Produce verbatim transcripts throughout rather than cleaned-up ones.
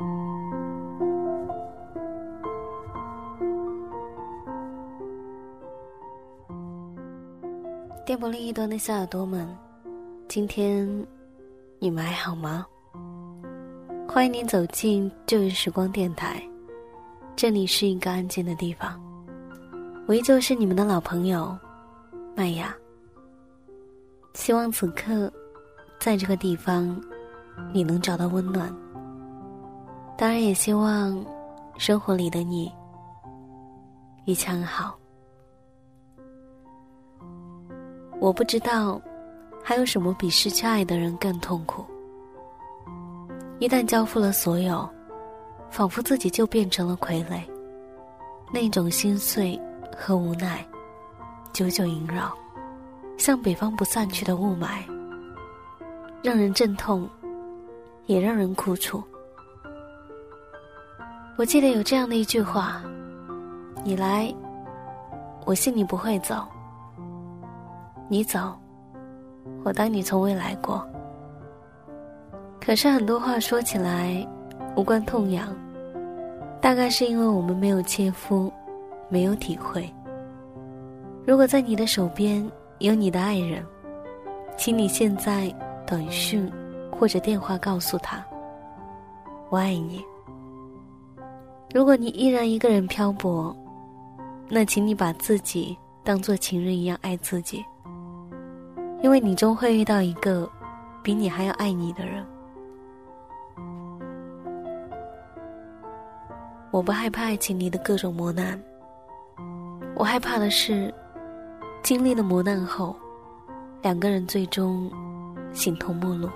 电波另一端的小耳朵们，今天你们还好吗？欢迎您走进旧日时光电台，这里是一个安静的地方，我依旧是你们的老朋友麦雅。希望此刻在这个地方你能找到温暖，当然也希望生活里的你一切安好。我不知道还有什么比失去爱的人更痛苦。一旦交付了所有，仿佛自己就变成了傀儡，那种心碎和无奈久久萦绕，像北方不散去的雾霾，让人阵痛也让人苦楚。我记得有这样的一句话，你来我信你不会走，你走我当你从未来过。可是很多话说起来无关痛痒，大概是因为我们没有切肤，没有体会。如果在你的手边有你的爱人，请你现在短讯或者电话告诉他我爱你。如果你依然一个人漂泊，那请你把自己当作情人一样爱自己，因为你终会遇到一个比你还要爱你的人。我不害怕爱情里的各种磨难，我害怕的是经历了磨难后，两个人最终形同陌路。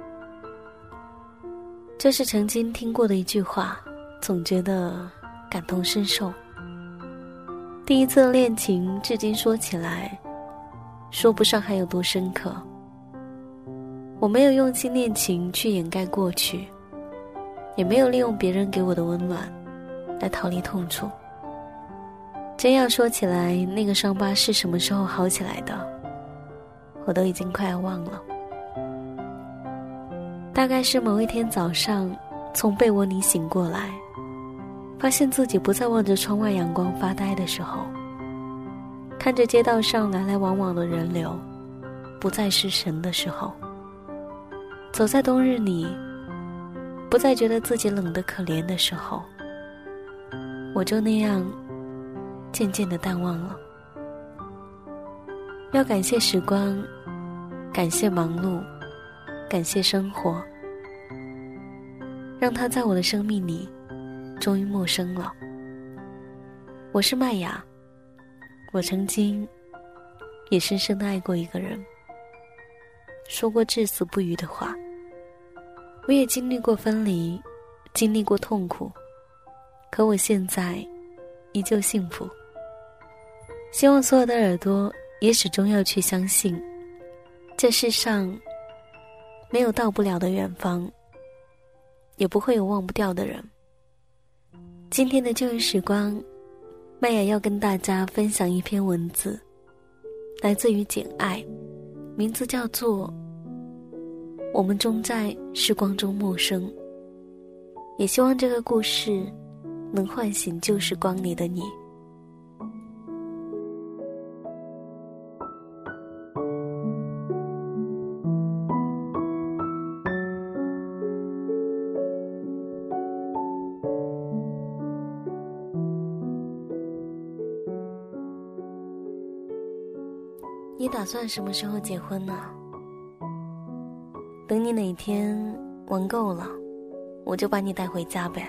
这是曾经听过的一句话，总觉得感同身受。第一次的恋情至今说起来说不上还有多深刻。我没有用心恋情去掩盖过去，也没有利用别人给我的温暖来逃离痛楚。真要说起来，那个伤疤是什么时候好起来的，我都已经快要忘了。大概是某一天早上从被窝里醒过来，发现自己不再望着窗外阳光发呆的时候，看着街道上来来往往的人流，不再失神的时候，走在冬日里，不再觉得自己冷得可怜的时候，我就那样渐渐地淡忘了。要感谢时光，感谢忙碌，感谢生活，让它在我的生命里终于陌生了。我是麦雅，我曾经也深深地爱过一个人，说过至死不渝的话。我也经历过分离，经历过痛苦，可我现在依旧幸福。希望所有的耳朵也始终要去相信，这世上没有到不了的远方，也不会有忘不掉的人。今天的旧日时光，麦雅要跟大家分享一篇文字，来自于简爱，名字叫做我们终在时光中陌生。也希望这个故事能唤醒旧时光里的你。你打算什么时候结婚呢？等你哪天玩够了，我就把你带回家呗。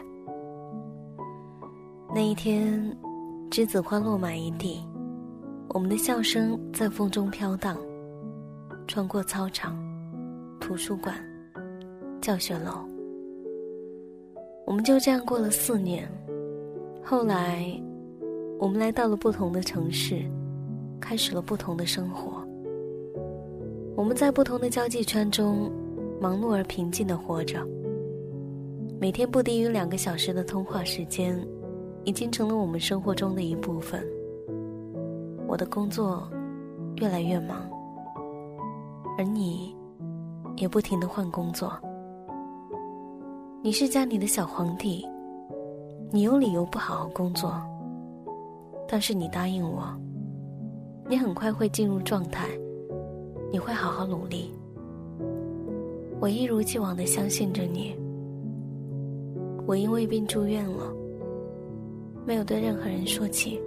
那一天，栀子花落满一地，我们的笑声在风中飘荡，穿过操场、图书馆、教学楼。我们就这样过了四年。后来，我们来到了不同的城市，开始了不同的生活。我们在不同的交际圈中忙碌而平静地活着，每天不低于两个小时的通话时间已经成了我们生活中的一部分。我的工作越来越忙，而你也不停地换工作。 你是家里的小皇帝，你有理由不好好工作，但是你答应我，你很快会进入状态，你会好好努力。我一如既往地相信着你。我因为病住院了，没有对任何人说起，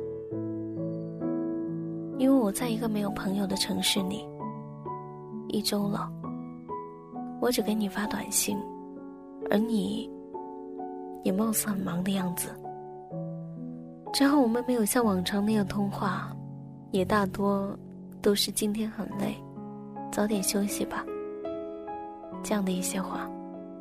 因为我在一个没有朋友的城市里，一周了，我只给你发短信，而你也貌似很忙的样子。之后我们没有像往常那样通话，也大多都是今天很累，早点休息吧，这样的一些话。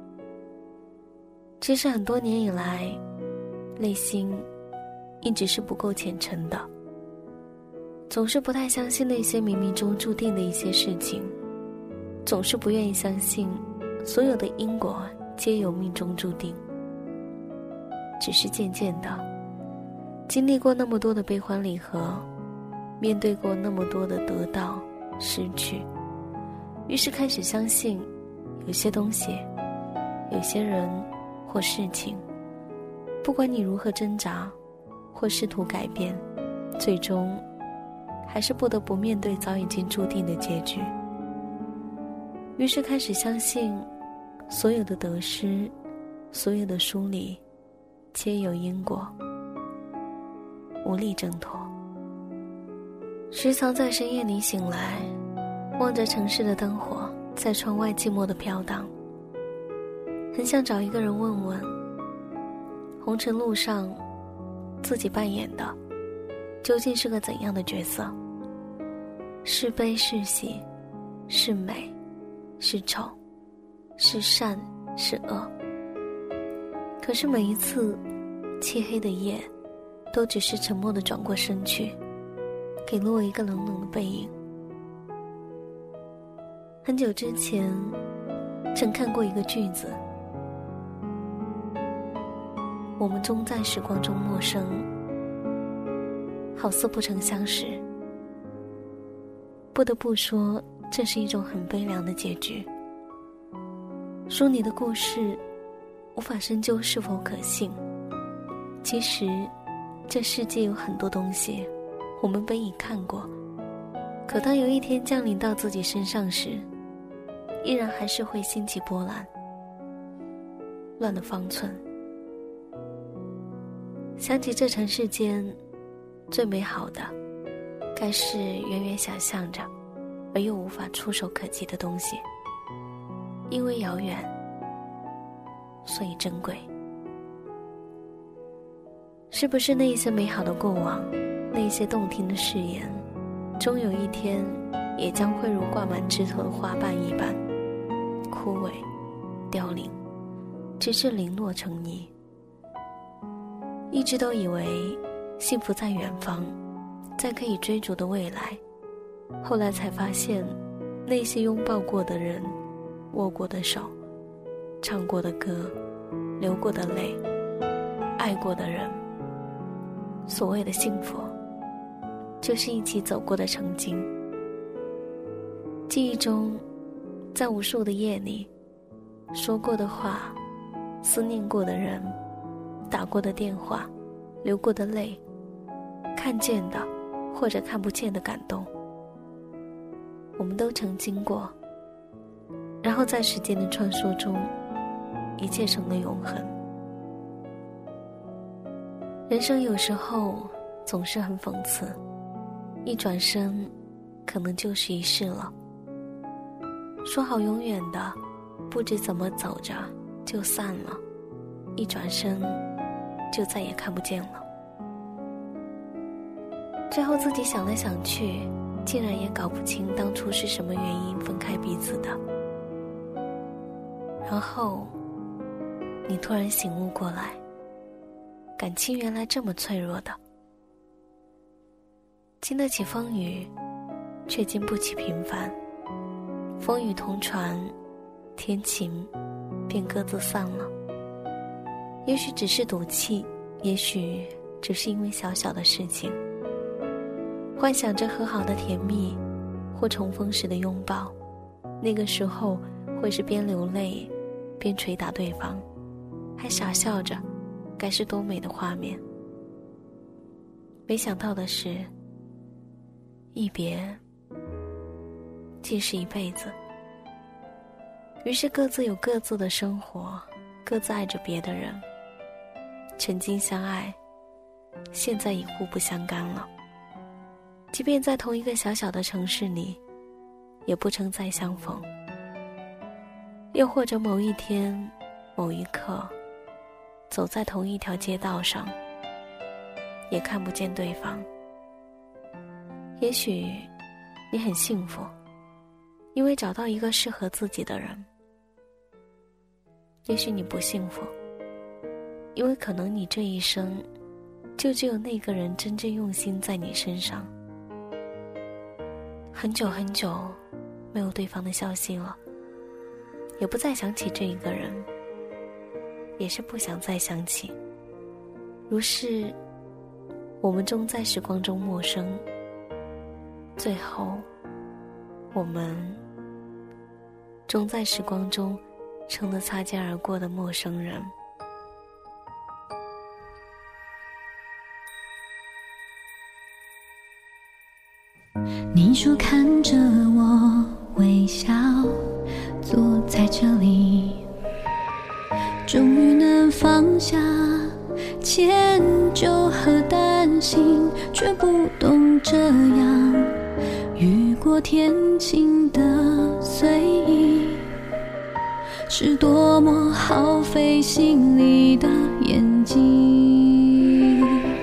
其实很多年以来，内心一直是不够虔诚的，总是不太相信那些冥冥中注定的一些事情，总是不愿意相信所有的因果皆有命中注定。只是渐渐的，经历过那么多的悲欢离合，面对过那么多的得到失去，于是开始相信有些东西，有些人或事情，不管你如何挣扎或试图改变，最终还是不得不面对早已经注定的结局。于是开始相信所有的得失，所有的疏离皆有因果，无力挣脱。时常在深夜里醒来，望着城市的灯火在窗外寂寞地飘荡，很想找一个人问问，红尘路上自己扮演的究竟是个怎样的角色，是悲是喜，是美是丑，是善是恶。可是每一次漆黑的夜，都只是沉默地转过身去，给了我一个冷冷的背影。很久之前曾看过一个句子，我们终在时光中陌生，好似不曾相识。不得不说，这是一种很悲凉的结局。书里的故事无法深究是否可信，其实这世界有很多东西我们本已看过，可当有一天降临到自己身上时，依然还是会兴起波澜，乱了方寸。想起这尘世间最美好的，该是远远想象着而又无法触手可及的东西，因为遥远，所以珍贵。是不是那一些美好的过往，那一些动听的誓言，终有一天也将会如挂满枝头的花瓣一般枯萎凋零，直至零落成泥。一直都以为幸福在远方，在可以追逐的未来，后来才发现，那些拥抱过的人，握过的手，唱过的歌，流过的泪，爱过的人，所谓的幸福，就是一起走过的曾经。记忆中，在无数的夜里，说过的话，思念过的人，打过的电话，流过的泪，看见的或者看不见的感动，我们都曾经过。然后在时间的穿梭中，一切成了永恒。人生有时候总是很讽刺，一转身可能就是一世了。说好永远的，不知怎么走着就散了，一转身就再也看不见了。最后自己想来想去，竟然也搞不清当初是什么原因分开彼此的。然后你突然醒悟过来，感情原来这么脆弱的，经得起风雨，却经不起平凡。风雨同船，天晴，便各自散了。也许只是赌气，也许只是因为小小的事情，幻想着和好的甜蜜，或重逢时的拥抱，那个时候会是边流泪边捶打对方， 还傻笑着，该是多美的画面。没想到的是，一别竟是一辈子。于是各自有各自的生活，各自爱着别的人。曾经相爱，现在已互不相干了。即便在同一个小小的城市里，也不曾再相逢。又或者某一天某一刻，走在同一条街道上，也看不见对方。也许你很幸福，因为找到一个适合自己的人。也许你不幸福，因为可能你这一生就只有那个人真正用心在你身上。很久很久没有对方的消息了，也不再想起这一个人，也是不想再想起。如是我们终在时光中陌生，最后我们终在时光中成了擦肩而过的陌生人。 你说看着我微笑，坐在这里，终于能放下迁就和担心，却不懂这样雨过天晴的随意，是多么耗费心力的演技。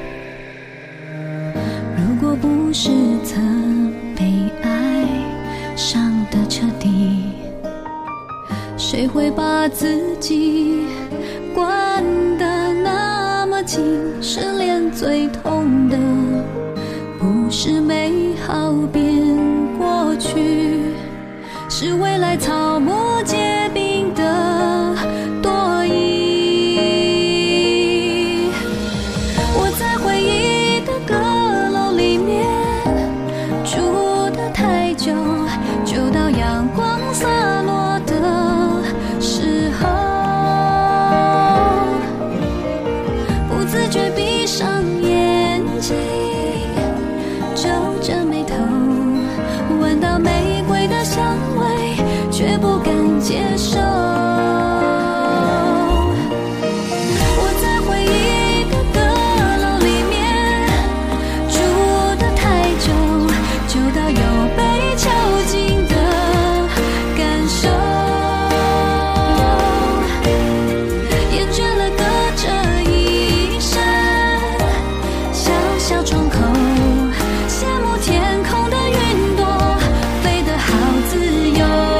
如果不是曾被爱伤得彻底，谁会把自己关得那么紧？失恋最痛的不是美好变过去，是未来草木皆兵的多疑。我在回忆的阁楼里面住得太久，就到阳光洒落的时候，不自觉闭上眼睛，皱着眉头，闻到玫瑰的香味，却不敢接受。我在回忆的阁楼里面住得太久，久到有被囚禁的感受，厌倦了隔着一扇小小窗口，羡慕天空的云朵飞得好自由。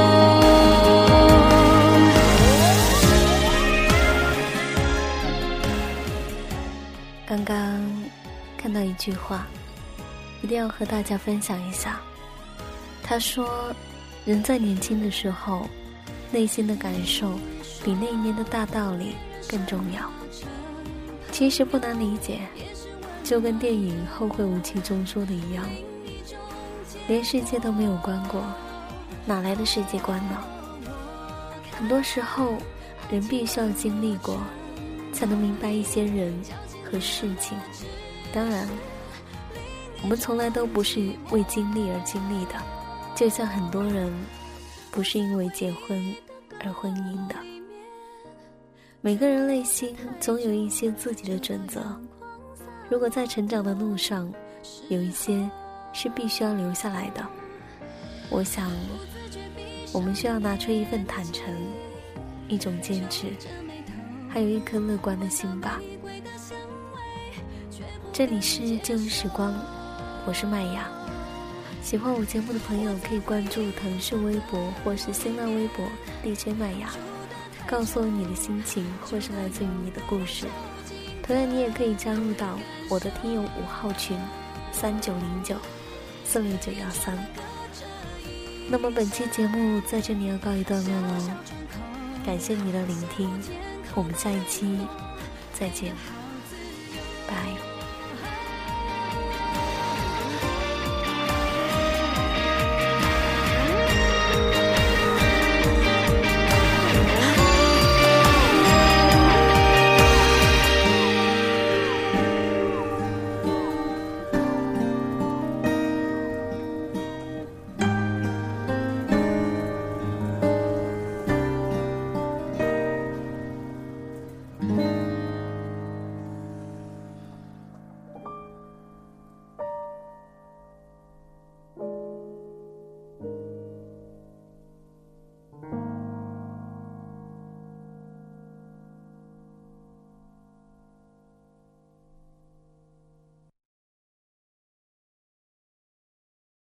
刚刚看到一句话，一定要和大家分享一下。他说，人在年轻的时候，内心的感受比那一年的大道理更重要。其实不难理解，就跟电影《后会无期》中说的一样，连世界都没有关过，哪来的世界观呢？很多时候人必须要经历过，才能明白一些人和事情。当然我们从来都不是为经历而经历的，就像很多人不是因为结婚而婚姻的。每个人内心总有一些自己的准则，如果在成长的路上有一些是必须要留下来的，我想我们需要拿出一份坦诚，一种坚持，还有一颗乐观的心吧。这里是旧日时光，我是麦雅。喜欢我节目的朋友可以关注腾讯微博或是新浪微博 D J 麦雅，告诉我你的心情或是来自于你的故事。同样你也可以加入到我的听友五号群三九零九四六九幺三。那么本期节目在这里要告一段落喽，感谢你的聆听，我们下一期再见，拜。